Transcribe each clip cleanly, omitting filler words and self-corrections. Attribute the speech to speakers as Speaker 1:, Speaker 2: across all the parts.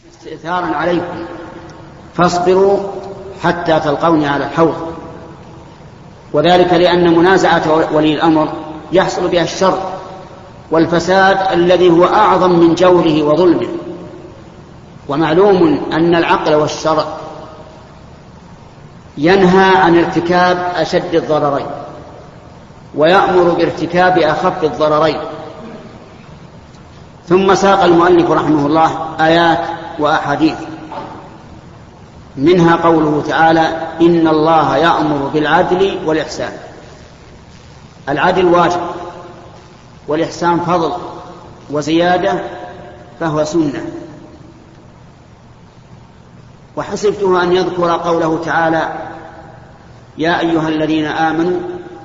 Speaker 1: استئثارا عليكم فاصبروا حتى تلقوني على الحوض. وذلك لأن منازعة ولي الأمر يحصل بها الشر والفساد الذي هو أعظم من جوره وظلمه. ومعلوم أن العقل والشرع ينهى عن ارتكاب أشد الضررين ويأمر بارتكاب أخف الضررين. ثم ساق المؤلف رحمه الله آيات وأحاديث، منها قوله تعالى: إن الله يأمر بالعدل والإحسان. العدل واجب، والإحسان فضل وزيادة، فهو سنة. وحسبته أن يذكر قوله تعالى: يا أيها الذين آمنوا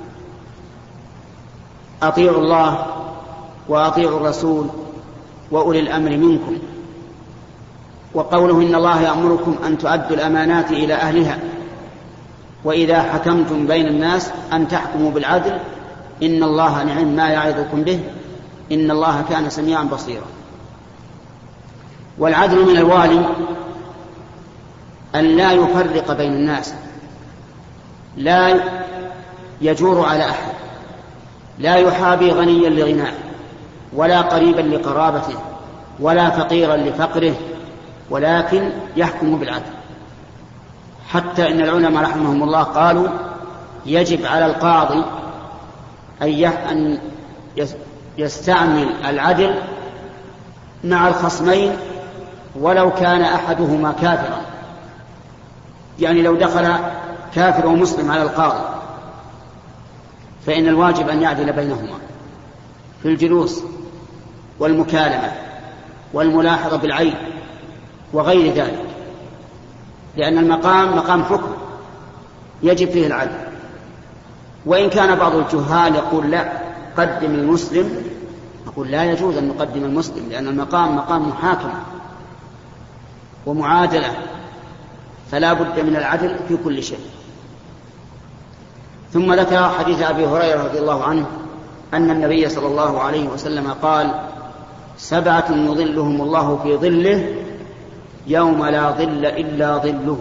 Speaker 1: أطيعوا الله وأطيعوا الرسول وأولي الأمر منكم، وقوله: إن الله يأمركم أن تؤدوا الأمانات إلى أهلها وإذا حكمتم بين الناس أن تحكموا بالعدل إن الله نعم ما يعظكم به إن الله كان سميعا بصيرا. والعدل من الوالي أن لا يفرق بين الناس، لا يجور على أحد، لا يحابي غنيا لغناه ولا قريبا لقرابته ولا فقيرا لفقره، ولكن يحكم بالعدل. حتى إن العلماء رحمهم الله قالوا: يجب على القاضي أن يستعمل العدل مع الخصمين ولو كان أحدهما كافرا. يعني لو دخل كافر ومسلم على القاضي فإن الواجب أن يعدل بينهما في الجلوس والمكالمة والملاحظة بالعين وغير ذلك، لأن المقام مقام حكم يجب فيه العدل. وإن كان بعض الجهال يقول: لا، قدم المسلم، نقول: لا يجوز أن نقدم المسلم، لأن المقام مقام محاكمة ومعادلة، فلا بد من العدل في كل شيء. ثم ذكر حديث أبي هريرة رضي الله عنه أن النبي صلى الله عليه وسلم قال: 7 يظلهم الله في ظله يوم لا ظل إلا ظله.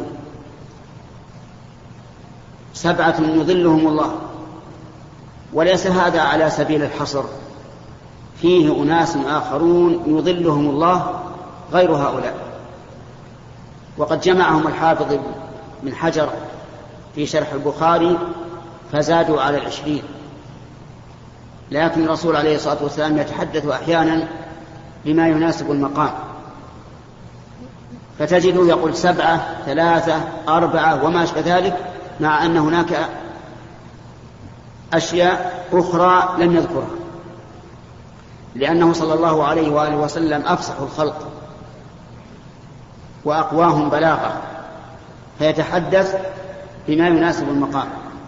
Speaker 1: 7 يظلهم الله، وليس هذا على سبيل الحصر، فيه أناس آخرون يظلهم الله غير هؤلاء. وقد جمعهم الحافظ بن حجر في شرح البخاري فزادوا على 20. لكن الرسول عليه الصلاة والسلام يتحدث أحيانا بما يناسب المقام، فتجده يقول 7 3 4 وما أشبه ذلك، مع أن هناك أشياء أخرى لم يذكرها، لأنه صلى الله عليه وآله وسلم أفصح الخلق وأقواهم بلاغة، فيتحدث بما يناسب المقام.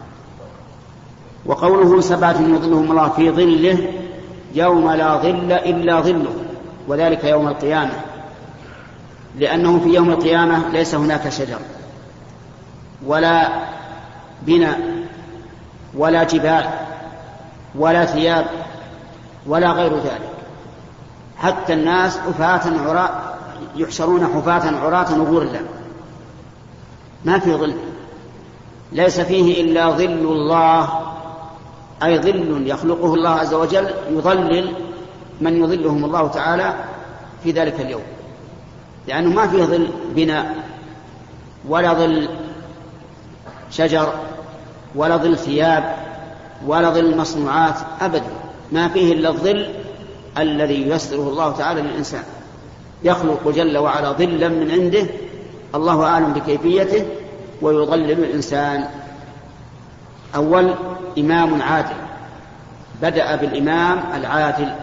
Speaker 1: وقوله: 7 يظلهم الله في ظله يوم لا ظل إلا ظله، وذلك يوم القيامة، لأنه في يوم القيامة ليس هناك شجر ولا بناء ولا جبال ولا ثياب ولا غير ذلك، حتى الناس يحشرون حفاة عراة غرلا، ما في ظل، ليس فيه إلا ظل الله، أي ظل يخلقه الله عز وجل يظلل من يظلهم الله تعالى في ذلك اليوم، لأنه ما فيه ظل بناء ولا ظل شجر ولا ظل ثياب ولا ظل مصنوعات أبدا، ما فيه إلا الظل الذي ييسره الله تعالى للإنسان، يخلق جل وعلا ظلا من عنده، الله أعلم بكيفيته، ويظلل الإنسان. أول إمام عادل، بدأ بالإمام العادل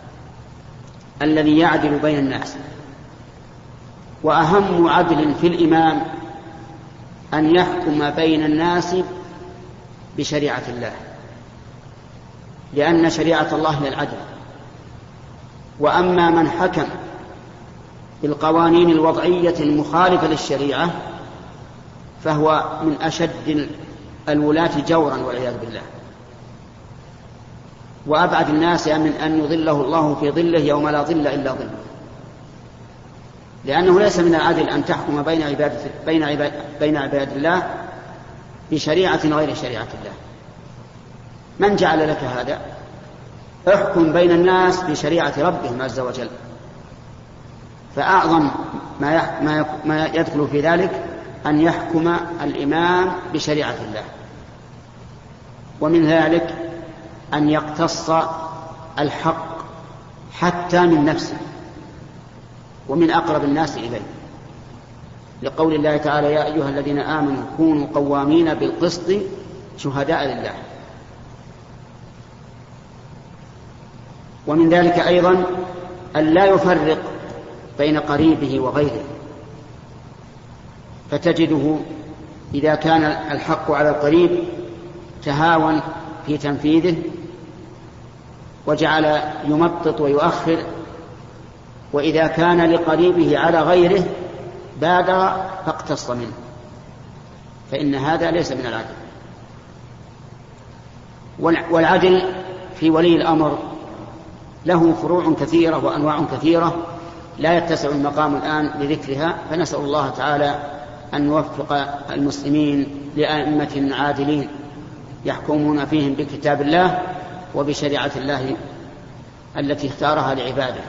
Speaker 1: الذي يعدل بين الناس. وأهم عدل في الإمام أن يحكم بين الناس بشريعة الله، لأن شريعة الله هي العدل. وأما من حكم بالقوانين الوضعية المخالفة للشريعة فهو من أشد الولاة جورا والعياذ بالله، وأبعد الناس من أن يظله الله في ظله يوم لا ظل إلا ظله. لأنه ليس من العدل أن تحكم بين عباد الله بشريعة غير شريعة الله. من جعل لك هذا؟ احكم بين الناس بشريعة ربهم عز وجل. فأعظم ما يدخل في ذلك أن يحكم الإمام بشريعة الله، ومن ذلك أن يقتص الحق حتى من نفسه ومن أقرب الناس إليه، لقول الله تعالى: يا أيها الذين آمنوا كونوا قوامين بالقسط شهداء لله. ومن ذلك أيضا أن لا يفرق بين قريبه وغيره، فتجده إذا كان الحق على القريب تهاون في تنفيذه وجعل يمطط ويؤخر، وإذا كان لقريبه على غيره بادر فاقتص منه، فإن هذا ليس من العدل. والعدل في ولي الأمر له فروع كثيرة وأنواع كثيرة لا يتسع المقام الآن لذكرها، فنسأل الله تعالى أن نوفق المسلمين لأئمة عادلين يحكمون فيهم بكتاب الله وبشريعة الله التي اختارها لعباده.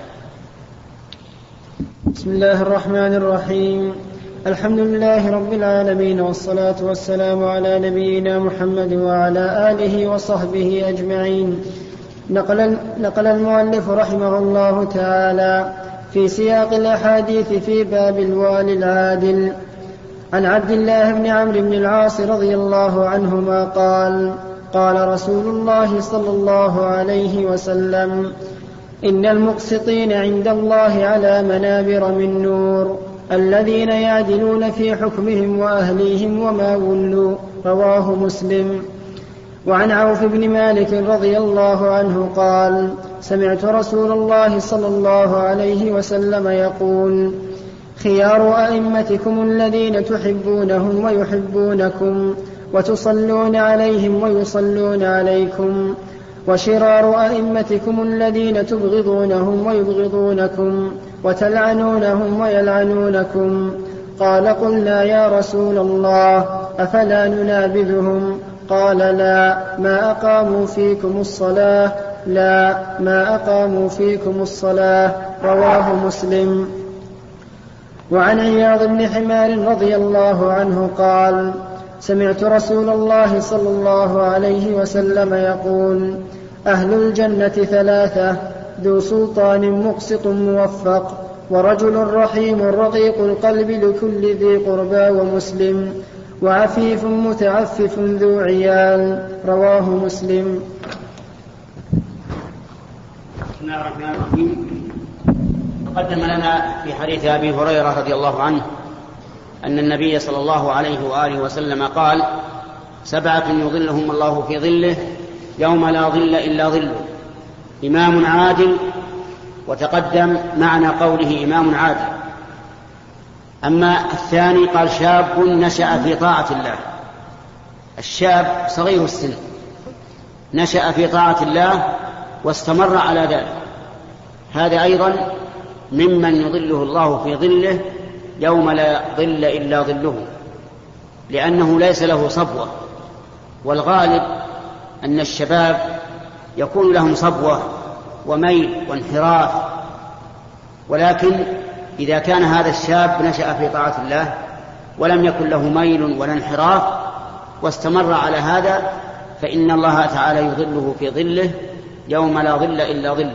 Speaker 2: بسم الله الرحمن الرحيم. الحمد لله رب العالمين، والصلاة والسلام على نبينا محمد وعلى آله وصحبه أجمعين. نقل المؤلف رحمه الله تعالى في سياق الأحاديث في باب الوالي العادل عن عبد الله بن عمرو بن العاص رضي الله عنهما قال: قال رسول الله صلى الله عليه وسلم: إن المقسطين عند الله على منابر من نور، الذين يعدلون في حكمهم وأهليهم وما ولوا. رواه مسلم. وعن عوف بن مالك رضي الله عنه قال: سمعت رسول الله صلى الله عليه وسلم يقول: خيار أئمتكم الذين تحبونهم ويحبونكم وتصلون عليهم ويصلون عليكم، وشرار أئمتكم الذين تبغضونهم ويبغضونكم وتلعنونهم ويلعنونكم. قال: قلنا يا رسول الله أفلا ننابذهم؟ قال: لا ما أقاموا فيكم الصلاة، لا ما أقاموا فيكم الصلاة. رواه مسلم. وعن عياض بن حمار رضي الله عنه قال: سمعت رسول الله صلى الله عليه وسلم يقول: أهل الجنة ثلاثة: ذو سلطان مقسط موفق، ورجل رحيم رقيق القلب لكل ذي قربى ومسلم، وعفيف متعفف ذو عيال. رواه مسلم.
Speaker 1: بسم الله الرحمن الرحيم. تقدم لنا في حديث أبي هريرة رضي الله عنه أن النبي صلى الله عليه وآله وسلم قال: 7 يظلهم الله في ظله يوم لا ظل إلا ظله: إمام عادل. وتقدم معنى قوله إمام عادل. أما الثاني قال: شاب نشأ في طاعة الله. الشاب صغير السن نشأ في طاعة الله واستمر على ذلك، هذا أيضا ممن يظله الله في ظله يوم لا ظل إلا ظله، لأنه ليس له صبوة. والغالب أن الشباب يكون لهم صبوة وميل وانحراف، ولكن إذا كان هذا الشاب نشأ في طاعة الله ولم يكن له ميل ولا انحراف واستمر على هذا، فإن الله تعالى يظله في ظله يوم لا ظل إلا ظله.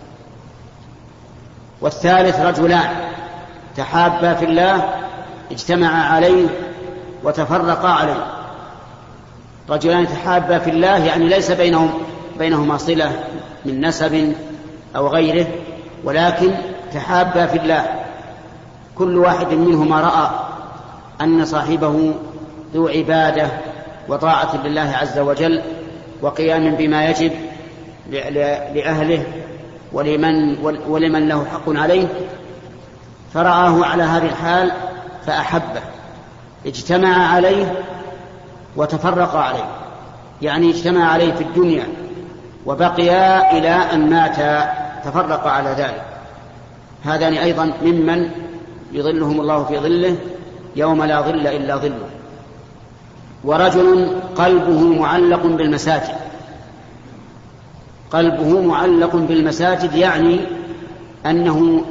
Speaker 1: والثالث: رجلان تحابا في الله اجتمعا عليه وتفرقا عليه. رجلان تحابا في الله يعني ليس بينهما صلة من نسب أو غيره، ولكن تحابا في الله، كل واحد منهما رأى أن صاحبه ذو عبادة وطاعة لله عز وجل وقيام بما يجب لأهله ولمن له حق عليه، فرآه على هذه الحال فأحبه، اجتمع عليه وتفرق عليه، يعني اجتمع عليه في الدنيا وبقيا إلى أن مات تفرق على ذلك. هذان أيضا ممن يظلهم الله في ظله يوم لا ظل إلا ظله. ورجل قلبه معلق بالمساجد. قلبه معلق بالمساجد يعني أنه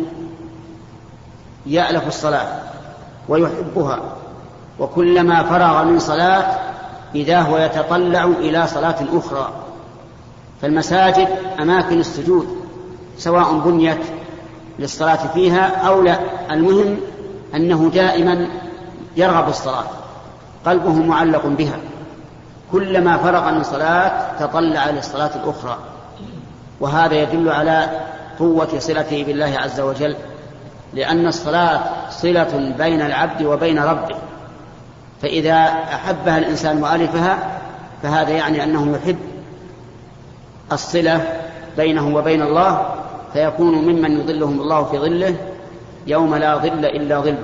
Speaker 1: يألف الصلاة ويحبها، وكلما فرغ من صلاة إذا هو يتطلع إلى صلاة أخرى. فالمساجد أماكن السجود سواء بنيت للصلاة فيها أو لا، المهم أنه دائما يرغب الصلاة، قلبه معلق بها، كلما فرغ من صلاة تطلع للصلاة الأخرى. وهذا يدل على قوة صلته بالله عز وجل، لأن الصلاة صلة بين العبد وبين ربه، فإذا أحبها الإنسان وألفها فهذا يعني أنه يحب الصلة بينه وبين الله، فيكون ممن يظلهم الله في ظله يوم لا ظل إلا ظله.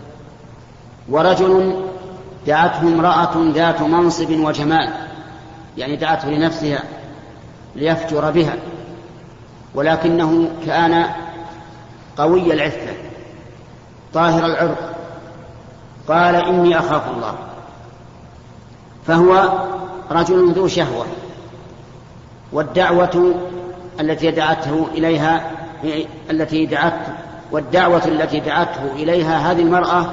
Speaker 1: ورجل دعته امرأة ذات منصب وجمال، يعني دعته لنفسها ليفجر بها، ولكنه كان قوي العفة طاهر العرق، قال إني أخاف الله. فهو رجل ذو شهوة، والدعوة التي دعته إليها هذه المرأة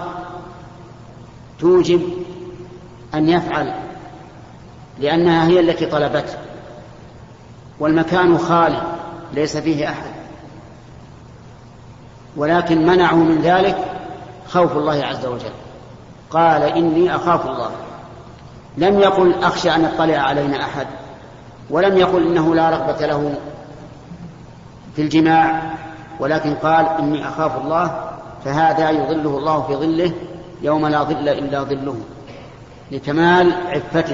Speaker 1: توجب أن يفعل، لأنها هي التي طلبته، والمكان خالي ليس فيه أحد، ولكن منعه من ذلك خوف الله عز وجل. قال إني أخاف الله، لم يقل أخشى أن يطلع علينا أحد، ولم يقل إنه لا رغبة له في الجماع، ولكن قال إني أخاف الله، فهذا يظله الله في ظله يوم لا ظل إلا ظله لكمال عفته.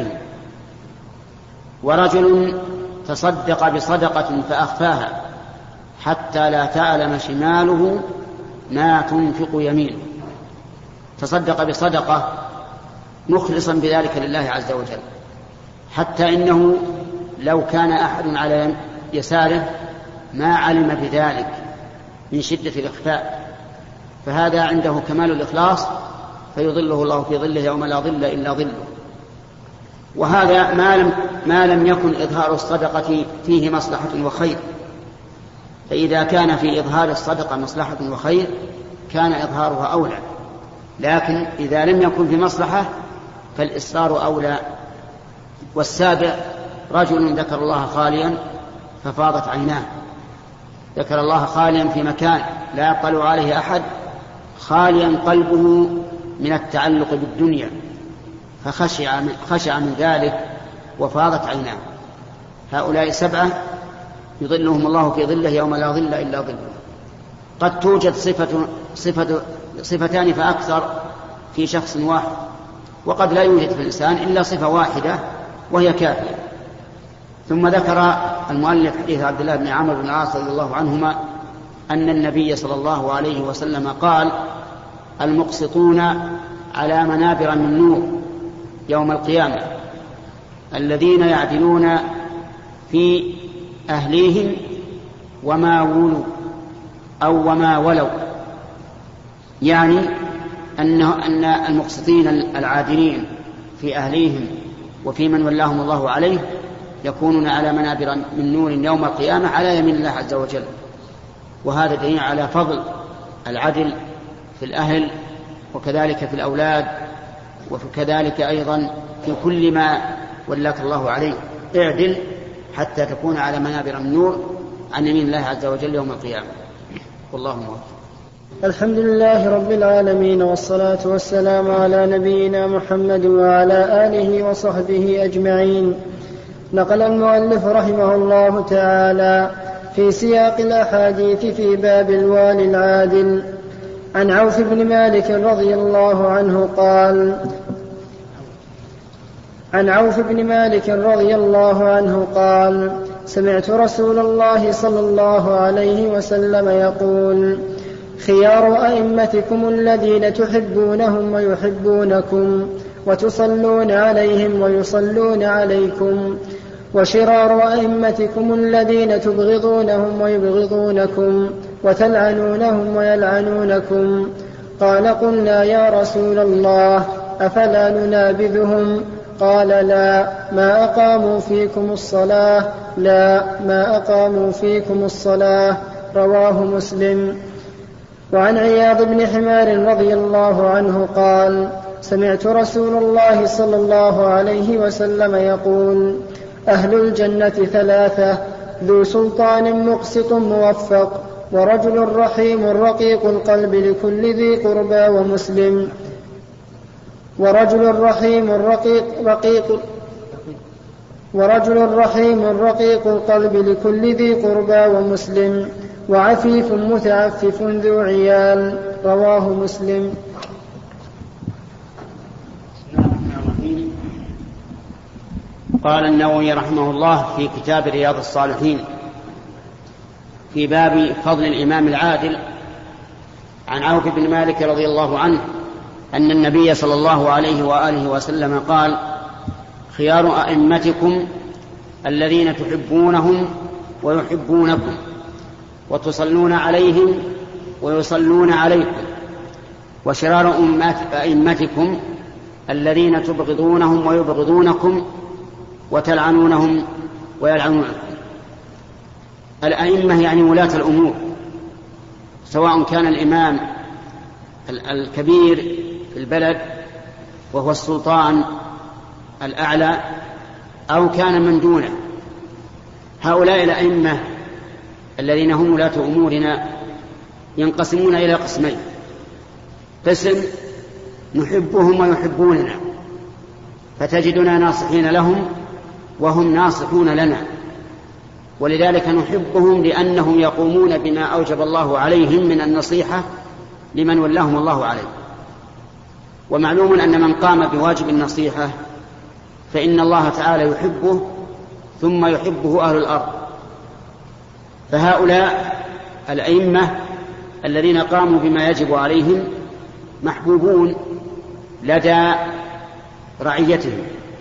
Speaker 1: ورجل تصدق بصدقة فأخفاها حتى لا تعلم شماله ما تنفق يمينه. تصدق بصدقة مخلصا بذلك لله عز وجل، حتى إنه لو كان أحد على يساره ما علم بذلك من شدة الإخفاء، فهذا عنده كمال الإخلاص فيظله الله في ظله يوم لا ظل إلا ظله. وهذا ما لم يكن إظهار الصدقة فيه مصلحة وخير، فإذا كان في إظهار الصدقة مصلحة وخير كان إظهارها أولى، لكن إذا لم يكن في مصلحة فالإصرار أولى. والسابع رجل ذكر الله خاليا ففاضت عيناه، ذكر الله خاليا في مكان لا يطلع عليه أحد، خاليا قلبه من التعلق بالدنيا، فخشع من ذلك وفاضت عيناه. هؤلاء 7 يظلهم الله في ظله يوم لا ظل إلا ظله. قد توجد صفتان فأكثر في شخص واحد، وقد لا يوجد في الإنسان إلا صفة واحدة وهي كافية. ثم ذكر المؤلف حديث عبد الله بن عمرو بن العاص رضي الله عنهما أن النبي صلى الله عليه وسلم قال: المقسطون على منابر من نور يوم القيامة الذين يعدلون في أهليهم وما ولوا أو وما ولوا، يعني أن المقسطين العادلين في أهليهم وفي من ولاهم الله عليه يكونون على منابر من نور يوم القيامة على يمين الله عز وجل. وهذا دليل على فضل العدل في الأهل وكذلك في الأولاد، وكذلك أيضا في كل ما ولاك الله عليه. اعدل حتى تكون على منابر من نور عن يمين الله عز وجل يوم القيامة. والله موفق.
Speaker 2: الحمد لله رب العالمين، والصلاة والسلام على نبينا محمد وعلى آله وصحبه أجمعين. نقل المؤلف رحمه الله تعالى في سياق الأحاديث في باب الوالي العادل عن عوف بن مالك رضي الله عنه قال: عن عوف بن مالك رضي الله عنه قال: سمعت رسول الله صلى الله عليه وسلم يقول: خيار أئمتكم الذين تحبونهم ويحبونكم وتصلون عليهم ويصلون عليكم، وشرار أئمتكم الذين تبغضونهم ويبغضونكم وتلعنونهم ويلعنونكم، قال قلنا يا رسول الله أفلا ننابذهم؟ قال لا ما أقاموا فيكم الصلاة رواه مسلم. وعن عياض بن حمار رضي الله عنه قال سمعت رسول الله صلى الله عليه وسلم يقول أهل الجنة ثلاثة: ذو سلطان مقسط موفق، ورجل رحيم رقيق القلب لكل ذي قربى ومسلم، ورجل رحيم رقيق القلب لكل ذي قربى ومسلم، وعفيف متعفف ذو عيال. رواه مسلم.
Speaker 1: قال النووي رحمه الله في كتاب رياض الصالحين في باب فضل الإمام العادل عن عوف بن مالك رضي الله عنه أن النبي صلى الله عليه وآله وسلم قال: خيار أئمتكم الذين تحبونهم ويحبونكم وتصلون عليهم ويصلون عليكم، وشرار أئمتكم الذين تبغضونهم ويبغضونكم وتلعنونهم ويلعنونكم. الأئمة يعني ولاة الأمور، سواء كان الإمام الكبير في البلد وهو السلطان الأعلى أو كان من دونه. هؤلاء الأئمة الذين هم ولاة أمورنا ينقسمون إلى قسمين: قسم نحبهم ويحبوننا، فتجدنا ناصحين لهم وهم ناصحون لنا، ولذلك نحبهم لأنهم يقومون بما أوجب الله عليهم من النصيحة لمن ولاهم الله عليه. ومعلوم أن من قام بواجب النصيحة فإن الله تعالى يحبه ثم يحبه أهل الأرض. فهؤلاء الأئمة الذين قاموا بما يجب عليهم محبوبون لدى رعيتهم،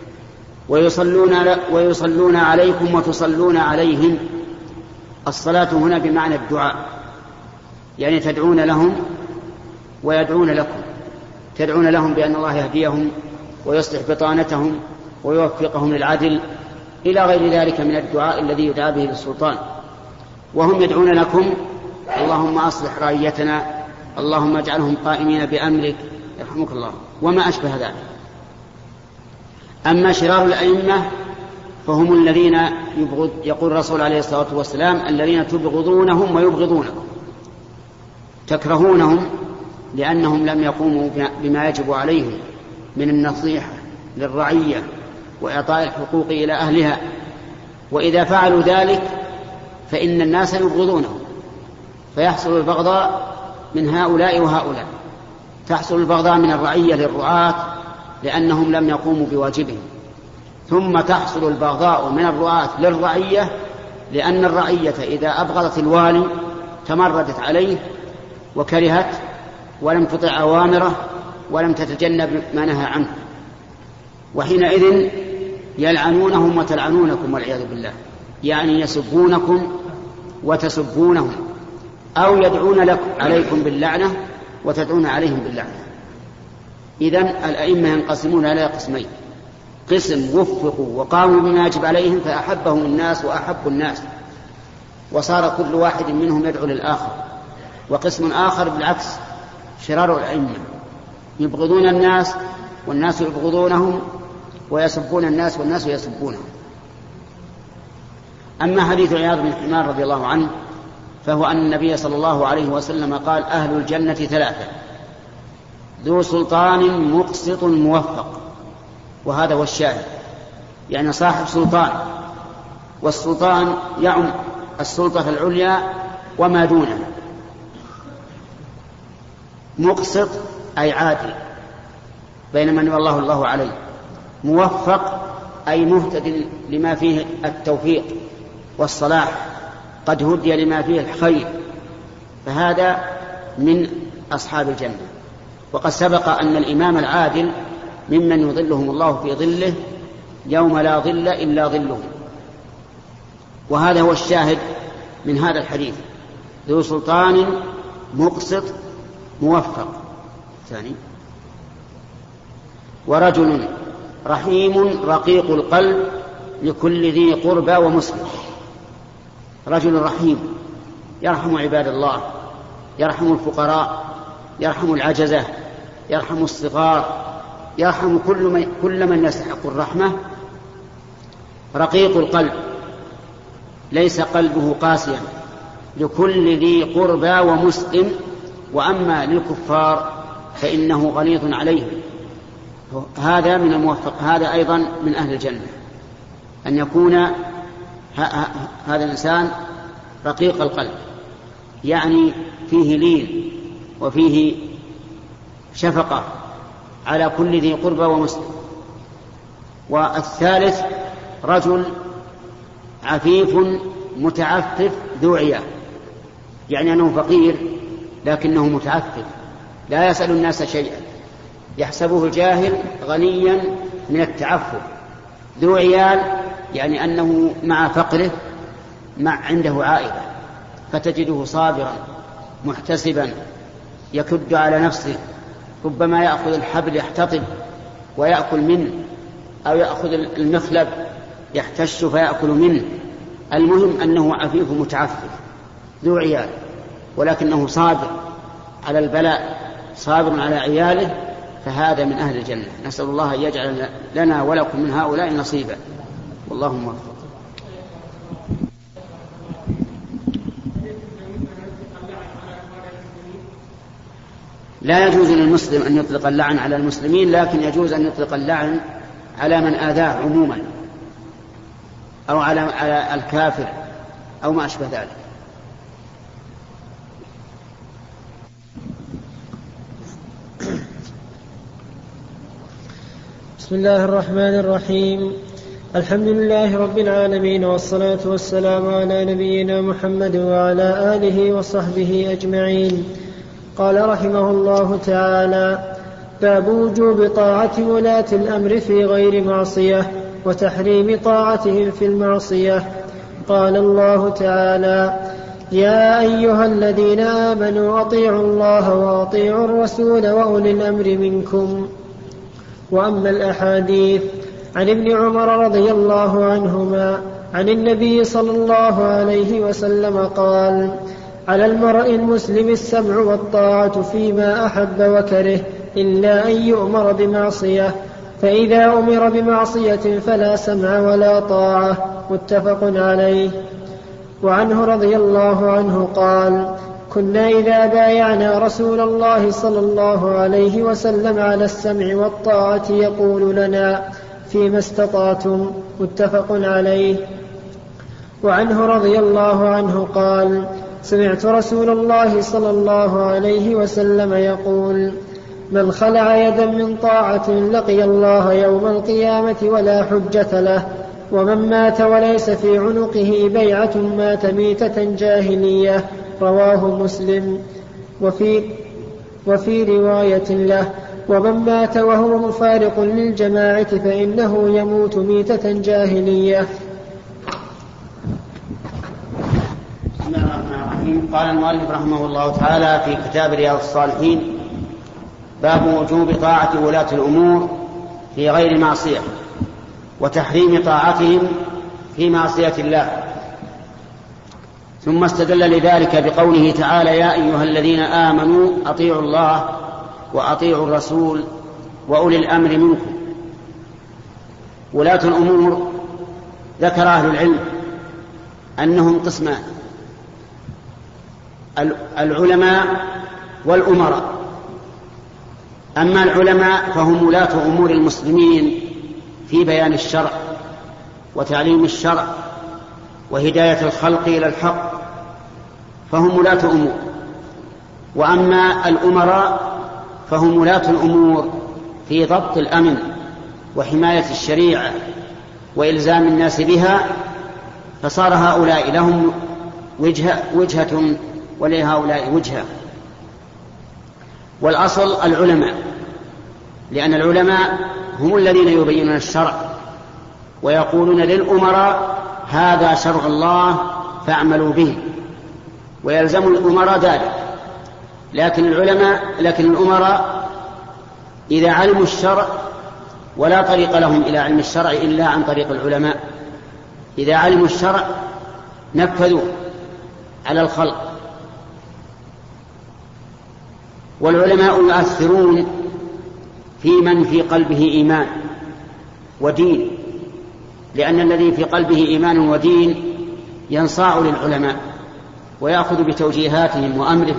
Speaker 1: ويصلون عليكم وتصلون عليهم. الصلاة هنا بمعنى الدعاء، يعني تدعون لهم ويدعون لكم، تدعون لهم بأن الله يهديهم ويصلح بطانتهم ويوفقهم للعدل إلى غير ذلك من الدعاء الذي يدعى به للسلطان، وهم يدعون لكم: اللهم أصلح رعيتنا، اللهم اجعلهم قائمين بأمرك، يرحمك الله، وما أشبه ذلك. أما شرار الأئمة فهم الذين يقول الرسول عليه الصلاة والسلام: الذين تبغضونهم ويبغضونكم، تكرهونهم لأنهم لم يقوموا بما يجب عليهم من النصيحة للرعية وإعطاء الحقوق إلى أهلها، وإذا فعلوا ذلك فإن الناس يبغضونهم، فيحصل البغضاء من هؤلاء وهؤلاء. تحصل البغضاء من الرعية للرعاة لأنهم لم يقوموا بواجبهم، ثم تحصل البغضاء من الرعاة للرعية لأن الرعية إذا أبغضت الوالي تمردت عليه وكرهت ولم تطع أوامره ولم تتجنب ما نهى عنه، وحينئذ يلعنونهم وتلعنونكم والعياذ بالله، يعني يسبونكم وتسبونهم، أو يدعون عليكم باللعنة وتدعون عليهم باللعنة. إذن الأئمة ينقسمون إلى قسمين: قسم وفقوا وقاموا بما يجب عليهم فأحبهم الناس وأحبوا الناس وصار كل واحد منهم يدعو للآخر، وقسم آخر بالعكس شرار الأئمة يبغضون الناس والناس يبغضونهم ويسبون الناس والناس يسبونهم. أما حديث عياض بن حمار رضي الله عنه فهو أن النبي صلى الله عليه وسلم قال: أهل الجنة ثلاثة: ذو سلطان مقسط موفق. وهذا هو الشاهد، يعني صاحب سلطان، والسلطان يعم السلطة العليا وما دونها. مقسط أي عادل بين من والله الله عليه، موفق أي مهتد لما فيه التوفيق والصلاح، قد هدي لما فيه الخير، فهذا من أصحاب الجنة. وقد سبق أن الإمام العادل ممن يظلهم الله في ظله يوم لا ظل إلا ظله. وهذا هو الشاهد من هذا الحديث: ذو سلطان مقسط موفق. الثاني ورجل رحيم رقيق القلب لكل ذي قربى ومسلم. رجل رحيم يرحم عباد الله، يرحم الفقراء، يرحم العجزة، يرحم الصغار، يرحم كل من يستحق الرحمة. رقيق القلب ليس قلبه قاسيا، لكل ذي قربى ومسلم. وأما للكفار فإنه غليظ عليهم. هذا من الموفق، هذا أيضا من أهل الجنة، أن يكون هذا الإنسان رقيق القلب، يعني فيه لين وفيه شفقة على كل ذي قربى ومسلم. والثالث رجل عفيف متعفف ذو عيال، يعني أنه فقير لكنه متعفف لا يسأل الناس شيئا، يحسبه الجاهل غنيا من التعفف. ذو عيال يعني أنه مع فقره عنده عائلة، فتجده صابرا محتسبا يكد على نفسه، ربما يأخذ الحبل يحتطب ويأكل منه، أو يأخذ المخلب يحتش فيأكل منه. المهم أنه عفيف متعفف ذو عيال، ولكنه صابر على البلاء، صابر على عياله، فهذا من أهل الجنة. نسأل الله أن يجعل لنا ولكم من هؤلاء نصيبا، والله موفق. لا يجوز للمسلم أن يطلق اللعن على المسلمين، لكن يجوز أن يطلق اللعن على من آذاه عموما، أو على الكافر أو ما أشبه ذلك.
Speaker 2: بسم الله الرحمن الرحيم. الحمد لله رب العالمين، والصلاة والسلام على نبينا محمد وعلى آله وصحبه أجمعين. قال رحمه الله تعالى: باب وجوب طاعة ولاة الأمر في غير معصية، وتحريم طاعتهم في المعصية. قال الله تعالى: يا أيها الذين آمنوا أطيعوا الله وأطيعوا الرسول وأولي الأمر منكم. وأما الأحاديث عن ابن عمر رضي الله عنهما عن النبي صلى الله عليه وسلم قال: على المرء المسلم السمع والطاعة فيما أحب وكره، إلا أن يؤمر بمعصية، فإذا أمر بمعصية فلا سمع ولا طاعة. متفق عليه. وعنه رضي الله عنه قال: كنا إذا بايعنا رسول الله صلى الله عليه وسلم على السمع والطاعة يقول لنا: فيما استطعتم. متفق عليه. وعنه رضي الله عنه قال: سمعت رسول الله صلى الله عليه وسلم يقول: من خلع يدا من طاعة لقي الله يوم القيامة ولا حجة له، ومن مات وليس في عنقه بيعة مات ميتة جاهلية. رواه مسلم. وفي رواية له: ومن مات وهو مفارق للجماعة فإنه يموت ميتة جاهلية.
Speaker 1: بسم الله الرحمن الرحيم. قال المؤلف رحمه الله تعالى في كتاب رياض الصالحين: باب وجوب طاعة ولاة الأمور في غير معصية، وتحريم طاعتهم في معصية الله. ثم استدل لذلك بقوله تعالى: يا أيها الذين آمنوا أطيعوا الله وأطيعوا الرسول وأولي الأمر منكم. ولاة الأمور ذكر أهل العلم أنهم قسمان: العلماء والأمراء. أما العلماء فهم ولاة أمور المسلمين في بيان الشرع وتعليم الشرع وهداية الخلق إلى الحق، فهم ولاة أمور. وأما الأمراء فهم ولاة الأمور في ضبط الأمن وحماية الشريعة وإلزام الناس بها، فصار هؤلاء لهم وجهة ولهؤلاء وجهة. والأصل العلماء، لأن العلماء هم الذين يبينون الشرع ويقولون للأمراء: هذا شرع الله فاعملوا به، ويلزم الأمراء ذلك. لكن الأمراء إذا علموا الشرع ولا طريق لهم إلى علم الشرع إلا عن طريق العلماء، إذا علموا الشرع نفذوه على الخلق. والعلماء يؤثرون في من في قلبه إيمان ودين، لأن الذي في قلبه إيمان ودين ينصاع للعلماء ويأخذ بتوجيهاتهم وأمرهم،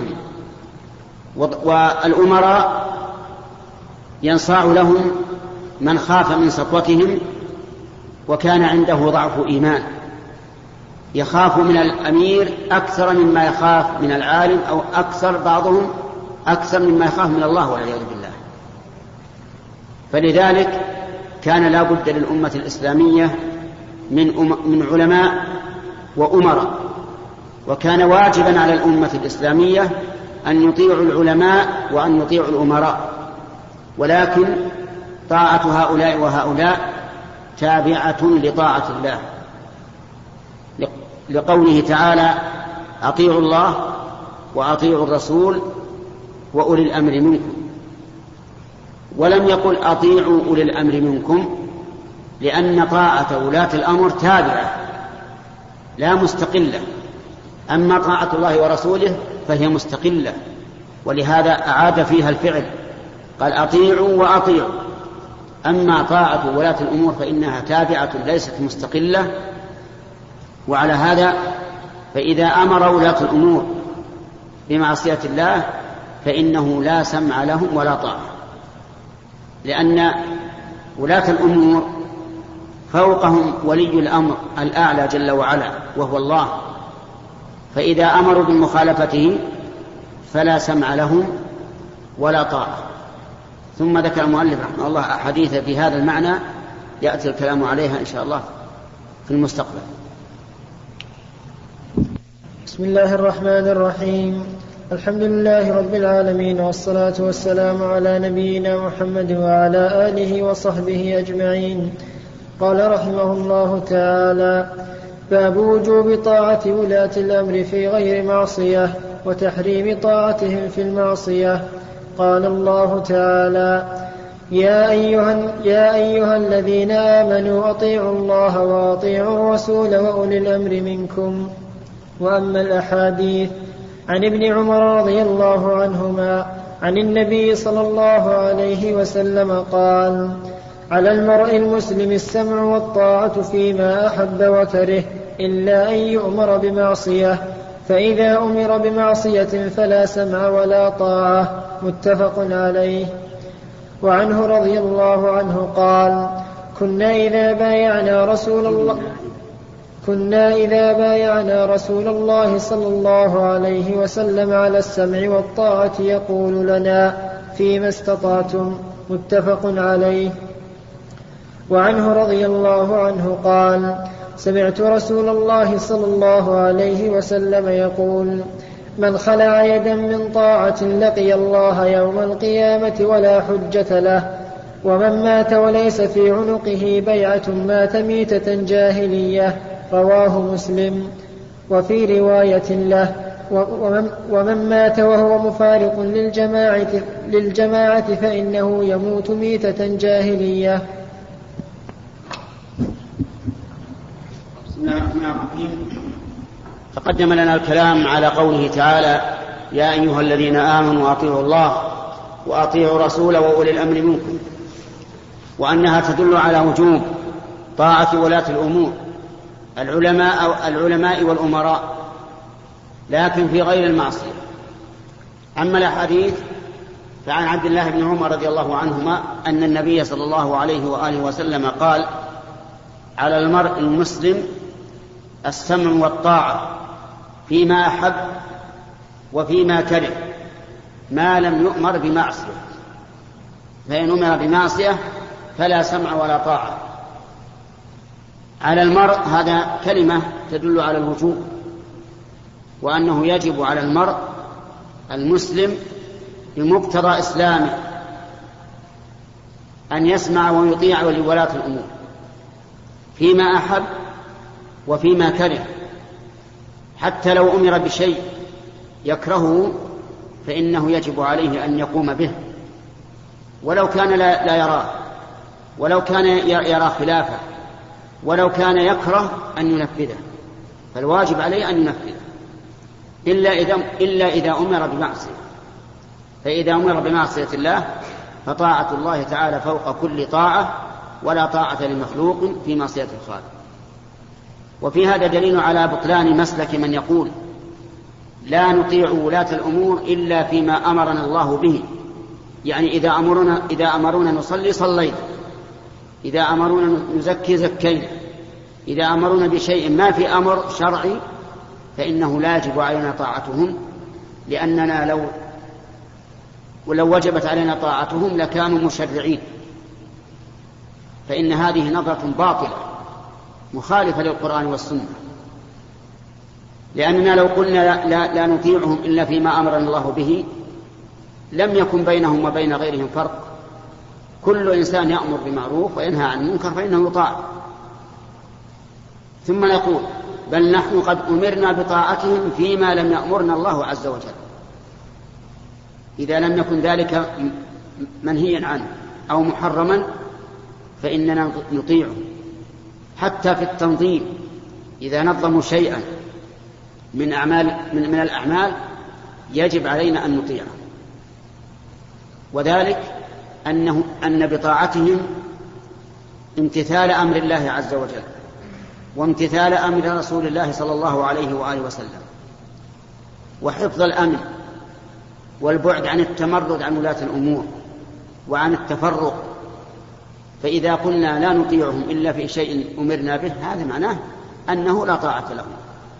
Speaker 1: والأمراء ينصاع لهم من خاف من سطوتهم وكان عنده ضعف إيمان، يخاف من الأمير أكثر مما يخاف من العالم، أو بعضهم أكثر مما يخاف من الله والعياذ بالله. فلذلك كان لا بد للأمة الإسلامية من علماء وأمراء، وكان واجبا على الأمة الإسلامية أن يطيعوا العلماء وأن يطيعوا الأمراء، ولكن طاعة هؤلاء وهؤلاء تابعة لطاعة الله، لقوله تعالى: أطيعوا الله وأطيعوا الرسول وأولي الأمر منكم. ولم يقل أطيعوا أولي الأمر منكم، لأن طاعة ولاة الأمر تابعة لا مستقلة، أما طاعة الله ورسوله فهي مستقلة، ولهذا أعاد فيها الفعل، قال أطيعوا وأطيعوا. أما طاعة ولاة الأمور فإنها تابعة ليست مستقلة. وعلى هذا فإذا أمر ولاة الأمور بمعصية الله فإنه لا سمع لهم ولا طاعة، لأن ولاة الأمور فوقهم ولي الأمر الأعلى جل وعلا وهو الله، فإذا أمروا بمخالفته فلا سمع لهم ولا طاعة. ثم ذكر المؤلف رحمه الله أحاديث في هذا المعنى يأتي الكلام عليها إن شاء الله في المستقبل.
Speaker 2: بسم الله الرحمن الرحيم. الحمد لله رب العالمين، والصلاة والسلام على نبينا محمد وعلى آله وصحبه أجمعين. قال رحمه الله تعالى: باب وجوب طاعة ولاة الأمر في غير معصية وتحريم طاعتهم في المعصية. قال الله تعالى: يا أيها الذين آمنوا أطيعوا الله وأطيعوا الرسول وأولي الأمر منكم. وأما الأحاديث عن ابن عمر رضي الله عنهما عن النبي صلى الله عليه وسلم قال: على المرء المسلم السمع والطاعة فيما أحب وكره إلا أن يؤمر بمعصية، فإذا أمر بمعصية فلا سمع ولا طاعة. متفق عليه. وعنه رضي الله عنه قال: كنا إذا بايعنا رسول الله صلى الله عليه وسلم على السمع والطاعة يقول لنا: فيما استطعتم. متفق عليه. وعنه رضي الله عنه قال: سمعت رسول الله صلى الله عليه وسلم يقول: من خلع يدا من طاعة لقي الله يوم القيامة ولا حجة له، ومن مات وليس في عنقه بيعة مات ميتة جاهلية. رواه مسلم. وفي رواية له: ومن مات وهو مفارق للجماعة فإنه يموت ميتة جاهلية.
Speaker 1: بسم الله الرحمن الرحيم. تقدم لنا الكلام على قوله تعالى: يا أيها الذين آمنوا أطيعوا الله وأطيعوا الرسول وأولي الأمر منكم، وأنها تدل على وجوب طاعة ولاة الأمور العلماء والأمراء، لكن في غير المعصية. أما الأحاديث فعن عبد الله بن عمر رضي الله عنهما أن النبي صلى الله عليه وآله وسلم قال: على المرء المسلم السمع والطاعة فيما أحب وفيما كره ما لم يؤمر بمعصية، فإن أمر بمعصية فلا سمع ولا طاعة. على المرء هذا كلمة تدل على الوجوب، وأنه يجب على المرء المسلم بمقتضى إسلامه أن يسمع ويطيع لولاة الأمور فيما أحب وفيما كره، حتى لو أمر بشيء يكرهه فإنه يجب عليه أن يقوم به، ولو كان لا يراه، ولو كان يرى خلافه، ولو كان يكره أن ينفذه، فالواجب عليه أن ينفذه إلا إذا أمر بمعصية. فإذا أمر بمعصية الله فطاعة الله تعالى فوق كل طاعة، ولا طاعة لمخلوق في معصية الخالق. وفي هذا دليل على بطلان مسلك من يقول لا نطيع ولاة الأمور إلا فيما أمرنا الله به. يعني إذا أمرونا نصلي صلينا، إذا أمرونا نزكي زكينا، إذا أمرونا بشيء ما في أمر شرعي فإنه لا يجب علينا طاعتهم، لأننا ولو وجبت علينا طاعتهم لكانوا مشرعين. فإن هذه نظرة باطلة مخالفة للقرآن والسنة، لأننا لو قلنا لا نطيعهم إلا فيما أمرنا الله به لم يكن بينهم وبين غيرهم فرق. كل إنسان يأمر بمعروف وينهى عن المنكر فإنه يطاع. ثم نقول بل نحن قد أمرنا بطاعتهم فيما لم يأمرنا الله عز وجل. إذا لم يكن ذلك منهيا عنه أو محرما فإننا نطيعه. حتى في التنظيم إذا نظموا شيئا من الأعمال يجب علينا أن نطيعه، وذلك أن بطاعتهم امتثال أمر الله عز وجل وامتثال أمر رسول الله صلى الله عليه وآله وسلم، وحفظ الأمن والبعد عن التمرد عن ولاة الأمور وعن التفرق. فإذا قلنا لا نطيعهم إلا في شيء أمرنا به هذا معناه أنه لا طاعة لهم.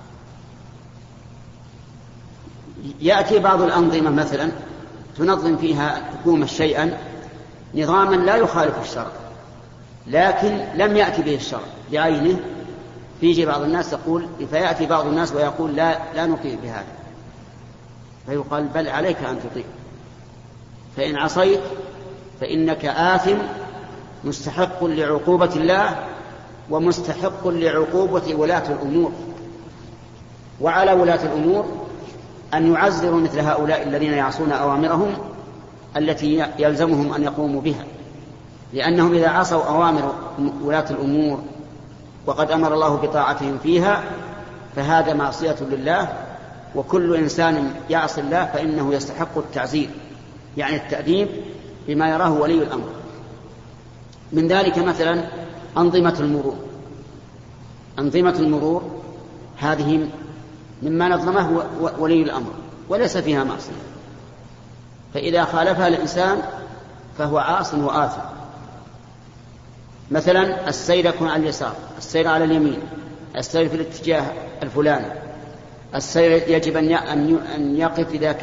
Speaker 1: يأتي بعض الأنظمة مثلا تنظم فيها الحكومة شيئا نظاما لا يخالف الشرع، لكن لم يأتي به الشرع بعينه، فيجي بعض الناس فيأتي بعض الناس ويقول لا نطيع بهذا، فيقال بل عليك أن تطيع، فإن عصيت فإنك آثم مستحق لعقوبة الله ومستحق لعقوبة ولاة الأمور. وعلى ولاة الأمور أن يعزروا مثل هؤلاء الذين يعصون أوامرهم التي يلزمهم أن يقوموا بها، لأنهم إذا عصوا أوامر ولاة الأمور وقد أمر الله بطاعتهم فيها فهذا معصية لله. وكل إنسان يعصي الله فإنه يستحق التعزير، يعني التأديب بما يراه ولي الأمر. من ذلك مثلا أنظمة المرور هذه مما نظمه ولي الأمر وليس فيها معصية، فإذا خالفها الإنسان فهو عاص وآثم. مثلا السير يكون على اليسار، السير على اليمين، السير في الاتجاه الفلاني، السير يجب أن يقف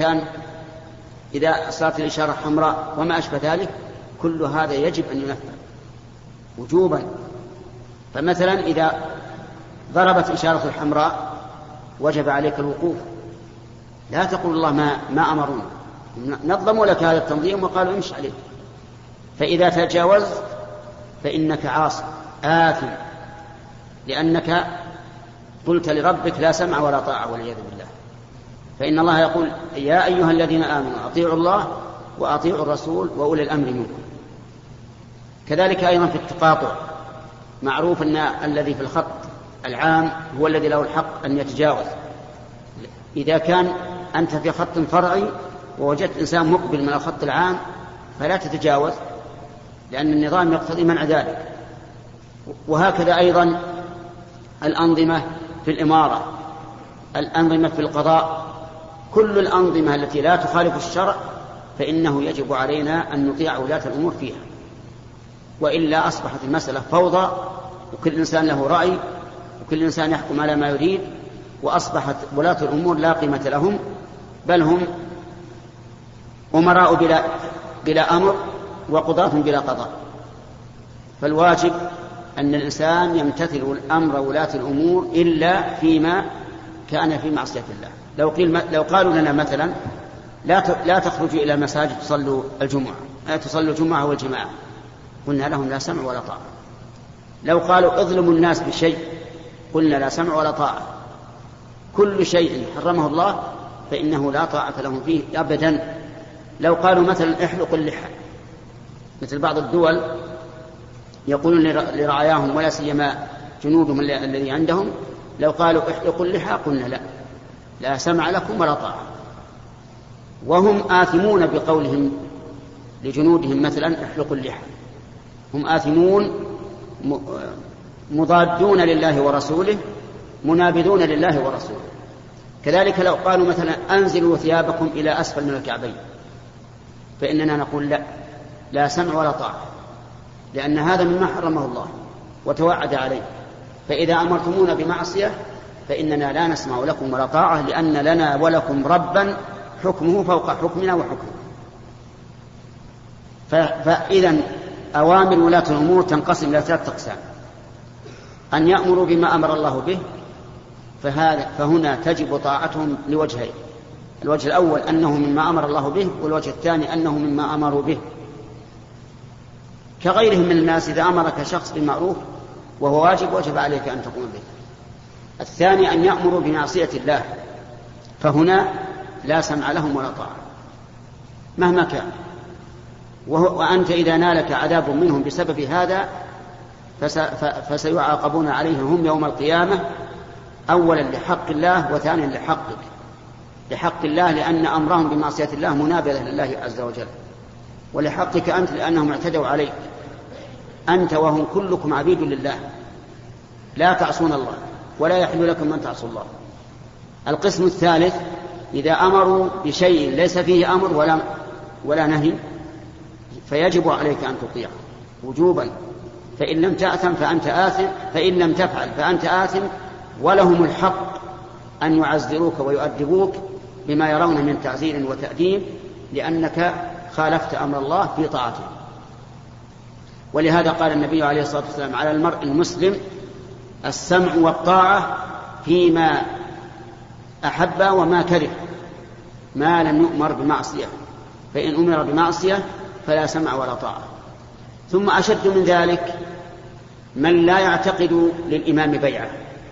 Speaker 1: إذا صارت الإشارة حمراء وما أشبه ذلك، كل هذا يجب أن ينفذ وجوبا. فمثلا إذا ضربت إشارة الحمراء وجب عليك الوقوف، لا تقول الله ما أمرنا، نظموا لك هذا التنظيم وقالوا امشي عليه. فإذا تجاوزت فإنك عاص آثم، لأنك قلت لربك لا سمع ولا طاعة والعياذ بالله. فإن الله يقول يا أيها الذين آمنوا أطيعوا الله وأطيعوا الرسول وأولي الأمر منكم. كذلك أيضا في التقاطع معروف أن الذي في الخط العام هو الذي له الحق أن يتجاوز. إذا كان أنت في خط فرعي ووجدت إنسان مقبل من الخط العام فلا تتجاوز، لأن النظام يقتضي منع ذلك. وهكذا أيضا الأنظمة في الإمارة، الأنظمة في القضاء، كل الأنظمة التي لا تخالف الشرع فإنه يجب علينا أن نطيع ولاة الأمور فيها، وإلا أصبحت المسألة فوضى وكل إنسان له رأي وكل إنسان يحكم على ما يريد، وأصبحت ولاة الأمور لا قيمة لهم، بل هم أمراء بلا أمر وقضاة بلا قضاء. فالواجب أن الإنسان يمتثل أمر ولاة الأمور إلا فيما كان في معصية الله. لو قالوا لنا مثلا لا تخرجوا إلى المساجد تصلوا الجمعة والجماعة، قلنا لهم لا سمع ولا طاعة. لو قالوا اظلموا الناس بشيء قلنا لا سمع ولا طاعة. كل شيء حرمه الله فإنه لا طاعة لهم فيه أبدا. لو قالوا مثلا احلقوا اللحى مثل بعض الدول يقولون لرعاياهم ولا سيما جنودهم الذي عندهم لو قالوا احلقوا اللحى قلنا لا سمع لكم ولا طاعة، وهم آثمون بقولهم لجنودهم مثلا احلقوا اللحى، هم آثمون مضادون لله ورسوله منابذون لله ورسوله. كذلك لو قالوا مثلا أنزلوا ثيابكم إلى أسفل من الكعبين فإننا نقول لا سمع ولا طاعة، لأن هذا مما حرمه الله وتوعد عليه. فإذا أمرتمونا بمعصية فإننا لا نسمع لكم ولا طاعة، لأن لنا ولكم ربا حكمه فوق حكمنا وحكمه. فإذا أوامر ولاة الأمور تنقسم إلى 3 أقسام: أن يأمروا بما أمر الله به، فهنا تجب طاعتهم لوجهين: الوجه الأول أنه مما أمر الله به، والوجه الثاني أنه مما أمروا به. كغيرهم من الناس إذا أمرك شخص بالمعروف وهو واجب وجب عليك أن تقوم به. الثاني أن يأمروا بمعصية الله، فهنا لا سمع لهم ولا طاعة مهما كان. وأنت إذا نالك عذاب منهم بسبب هذا فسيعاقبون عليه هم يوم القيامة، أولا لحق الله وثانيا لحقك. لحق الله لأن أمرهم بمعصية الله منابذة لله عز وجل، ولحقك أنت لأنهم اعتدوا عليك، أنت وهم كلكم عبيد لله لا تعصون الله ولا يحل لكم أن تعصوا الله. القسم الثالث إذا أمروا بشيء ليس فيه أمر ولا نهي فيجب عليك أن تطيع وجوبا، فإن لم تأثم فأنت آثم، فإن لم تفعل فأنت آثم، ولهم الحق أن يعزروك ويؤدبوك بما يرون من تعزير وتأديب لأنك خالفت أمر الله في طاعته. ولهذا قال النبي عليه الصلاة والسلام على المرء المسلم السمع والطاعة فيما أحب وما كره ما لم يؤمر بمعصية، فإن أمر بمعصية فلا سمع ولا طاعة. ثم أشد من ذلك من لا يعتقد للإمام بيعة،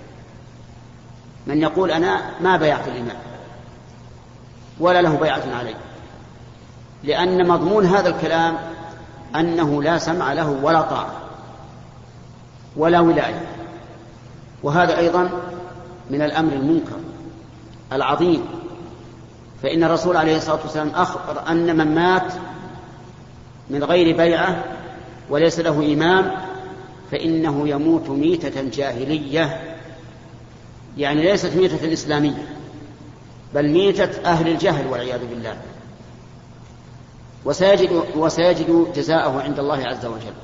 Speaker 1: من يقول أنا ما بيعت الإمام ولا له بيعة عليه، لأن مضمون هذا الكلام أنه لا سمع له ولا طاعة ولا ولاية. وهذا أيضا من الأمر المنكر العظيم، فإن الرسول عليه الصلاة والسلام أخبر أن من مات من غير بيعة وليس له إمام فإنه يموت ميتة جاهلية، يعني ليست ميتة إسلامية بل ميتة أهل الجهل والعياذ بالله، وسيجد جزاءه عند الله عز وجل.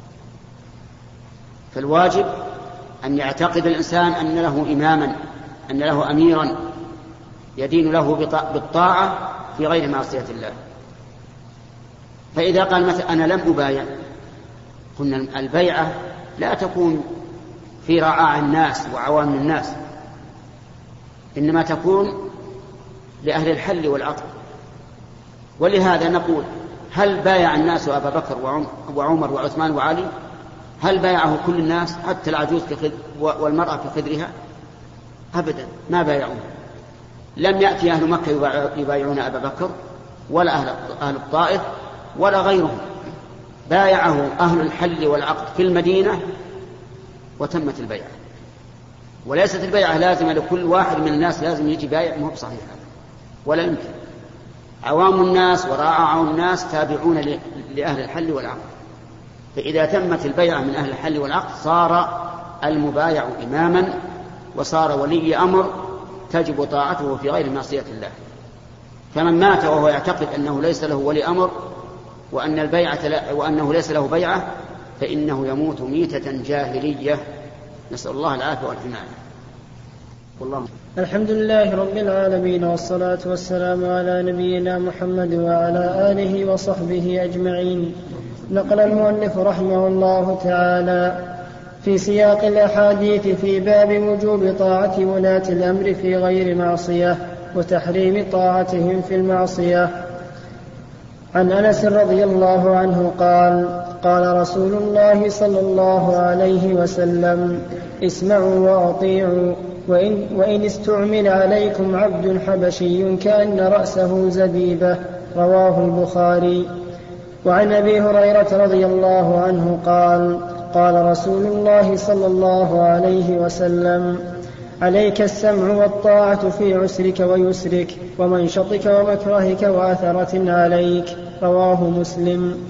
Speaker 1: فالواجب أن يعتقد الإنسان أن له إماما، أن له أميرا يدين له بالطاعة في غير معصية الله. فإذا قال مثلا أنا لم أبايع، قلنا البيعة لا تكون في رعاع الناس وعوام الناس، إنما تكون لأهل الحل والعقد. ولهذا نقول هل بايع الناس أبا بكر وعمر وعثمان وعلي؟ هل بايعه كل الناس حتى العجوز والمرأة في خدرها؟ أبدا ما بايعون. لم يأتي أهل مكة يبايعون أبا بكر ولا أهل الطائف ولا غيرهم، بايعه أهل الحل والعقد في المدينة وتمت البيعة. وليست البيعة لازمة لكل واحد من الناس لازم يجي بايع، مو بصحيح هذا ولا يمكن. عوام الناس ورعاع الناس تابعون لأهل الحل والعقد، فإذا تمت البيعة من أهل الحل والعقد صار المبايع إماما وصار ولي أمر تجب طاعته في غير معصية الله. فمن مات وهو يعتقد أنه ليس له ولي أمر وأنه ليس له بيعة فإنه يموت ميتة جاهلية، نسأل الله العافية والحماية. والله
Speaker 2: الحمد لله رب العالمين، والصلاة والسلام على نبينا محمد وعلى آله وصحبه أجمعين. نقل المؤلف رحمه الله تعالى في سياق الأحاديث في باب وجوب طاعة ولاة الأمر في غير معصية وتحريم طاعتهم في المعصية. عن أنس رضي الله عنه قال: قال رسول الله صلى الله عليه وسلم: اسمعوا وأطيعوا، وإن استعمل عليكم عبد حبشي كأن رأسه زبيبة. رواه البخاري. وعن أبي هريرة رضي الله عنه قال قال رسول الله صلى الله عليه وسلم: عليك السمع والطاعة في عسرك ويسرك ومنشطك ومكرهك وأثرة عليك. رواه مسلم.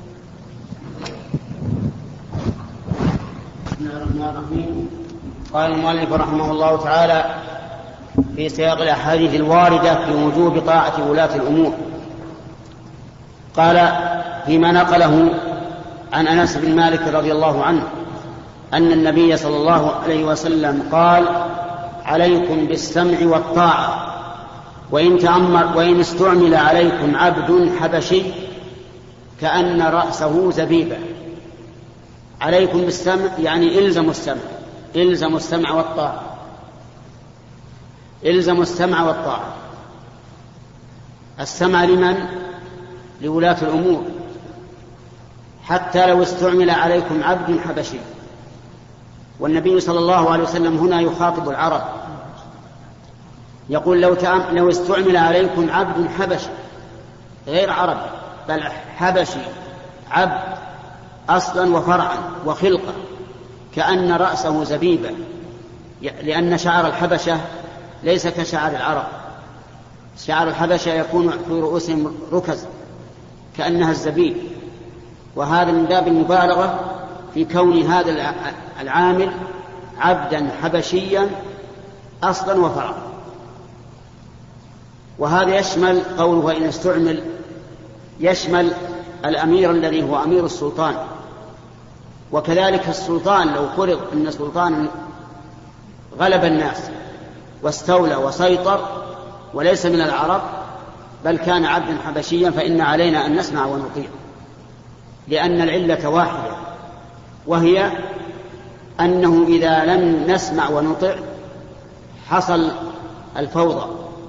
Speaker 1: بسم الله الرحمن الرحيم. قال المؤلف رحمه الله تعالى في سياق الأحاديث الواردة في وجوب طاعة ولاة الأمور، قال فيما نقله عن أنس بن مالك رضي الله عنه أن النبي صلى الله عليه وسلم قال: عليكم بالسمع والطاعة وإن استعمل عليكم عبد حبشي كأن رأسه زبيبة. عليكم بالسمع يعني إلزموا السمع والطاعة. إلزموا السمع والطاعة. السمع لمن؟ لولاة الأمور، حتى لو استعمل عليكم عبد حبشي. والنبي صلى الله عليه وسلم هنا يخاطب العرب، يقول لو استعمل عليكم عبد حبشي غير عربي بل حبشي، عبد أصلا وفرعا وخلقة، كأن رأسه زبيبة، لأن شعر الحبشة ليس كشعر العرب. شعر الحبشة يكون في رؤوسهم ركز كأنها الزبيب، وهذا من باب المبالغة في كون هذا العامل عبدا حبشيا أصلا وفرعا. وهذا يشمل قوله وإن استعمل، يشمل الأمير الذي هو أمير السلطان. وكذلك السلطان لو فرض أن السلطان غلب الناس واستولى وسيطر وليس من العرب بل كان عبدا حبشيا، فإن علينا أن نسمع ونطيع، لأن العلة واحدة، وهي أنه إذا لم نسمع ونطع حصل الفوضى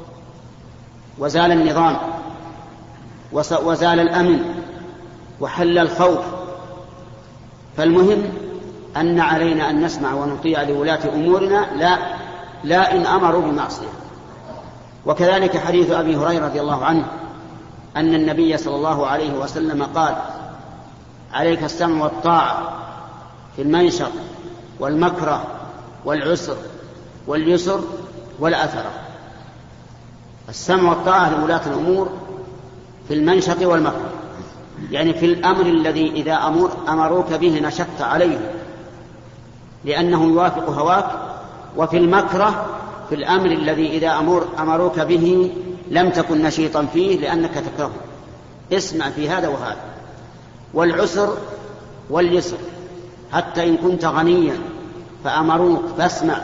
Speaker 1: وزال النظام وزال الأمن وحل الخوف. فالمهم أن علينا أن نسمع ونطيع لولاة أمورنا، لا إن أمروا بمعصية. وكذلك حديث أبي هريرة رضي الله عنه أن النبي صلى الله عليه وسلم قال: عليك السمع والطاعة في المنشط والمكره والعسر واليسر والأثرة. السمع والطاعة لولاة الأمور في المنشط والمكره، يعني في الأمر الذي إذا أمروك به نشطت عليه لأنه يوافق هواك، وفي المكره في الأمر الذي إذا أمروك به لم تكن نشيطا فيه لأنك تكرهه. اسمع في هذا وهذا. والعسر واليسر، حتى إن كنت غنيا فأمروك فاسمع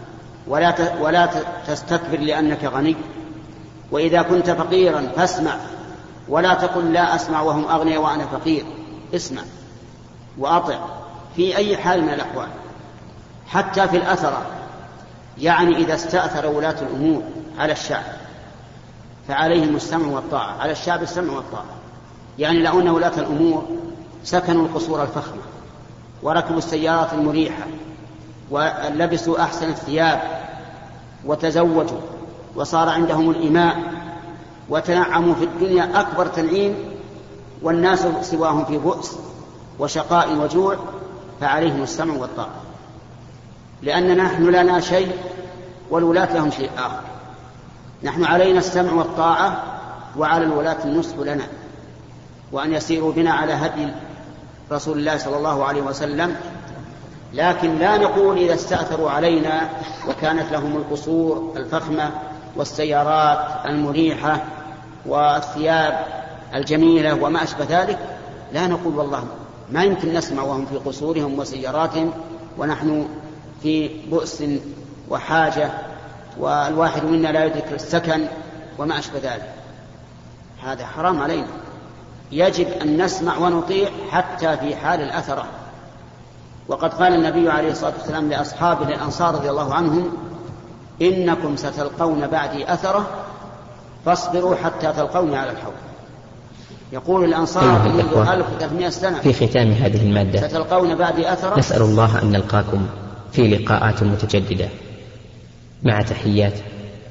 Speaker 1: ولا تستكبر لأنك غني، وإذا كنت فقيرا فاسمع ولا تقل لا أسمع وهم أغنياء وأنا فقير. اسمع وأطع في أي حال من الأحوال، حتى في الأثرة. يعني إذا استأثر ولاة الأمور على الشعب فعليهم السمع والطاعة، على الشعب السمع والطاعة. يعني لو أن ولاة الأمور سكنوا القصور الفخمة وركبوا السيارات المريحة ولبسوا أحسن الثياب وتزوجوا وصار عندهم الإماء وتنعموا في الدنيا أكبر تنعيم، والناس سواهم في بؤس وشقاء وجوع، فعليهم السمع والطاعة، لأننا نحن لنا شيء والولاة لهم شيء آخر. نحن علينا السمع والطاعة، وعلى الولاة النصح لنا، وأن يسيروا بنا على هدي رسول الله صلى الله عليه وسلم. لكن لا نقول إذا استأثروا علينا وكانت لهم القصور الفخمة والسيارات المريحة والثياب الجميلة وما أشبه ذلك، لا نقول والله ما يمكن نسمع وهم في قصورهم وسياراتهم ونحن في بؤس وحاجة والواحد منا لا يدرك السكن وما أشبه ذلك. هذا حرام علينا. يجب أن نسمع ونطيع حتى في حال الأثرة. وقد قال النبي عليه الصلاة والسلام لأصحابه الأنصار رضي الله عنهم: إنكم ستلقون بعدي أثرة فاصبروا حتى تلقوني على الحوض. يقول الأنصار منذ 1300 سنة
Speaker 3: في ختام هذه المادة
Speaker 1: ستلقون بعدي أثرة.
Speaker 3: نسأل الله أن نلقاكم في لقاءات متجددة، مع تحيات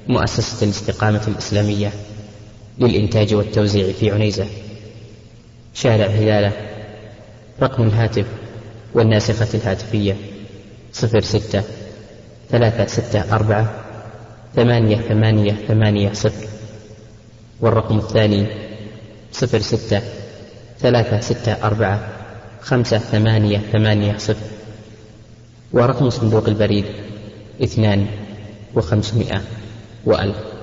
Speaker 3: مؤسسة الاستقامة الإسلامية للإنتاج والتوزيع في عنيزة. شارع هلالة. رقم الهاتف والناسخة الهاتفية 06-364-8880. والرقم الثاني 06-364-5880. ورقم صندوق البريد 2500 و1000.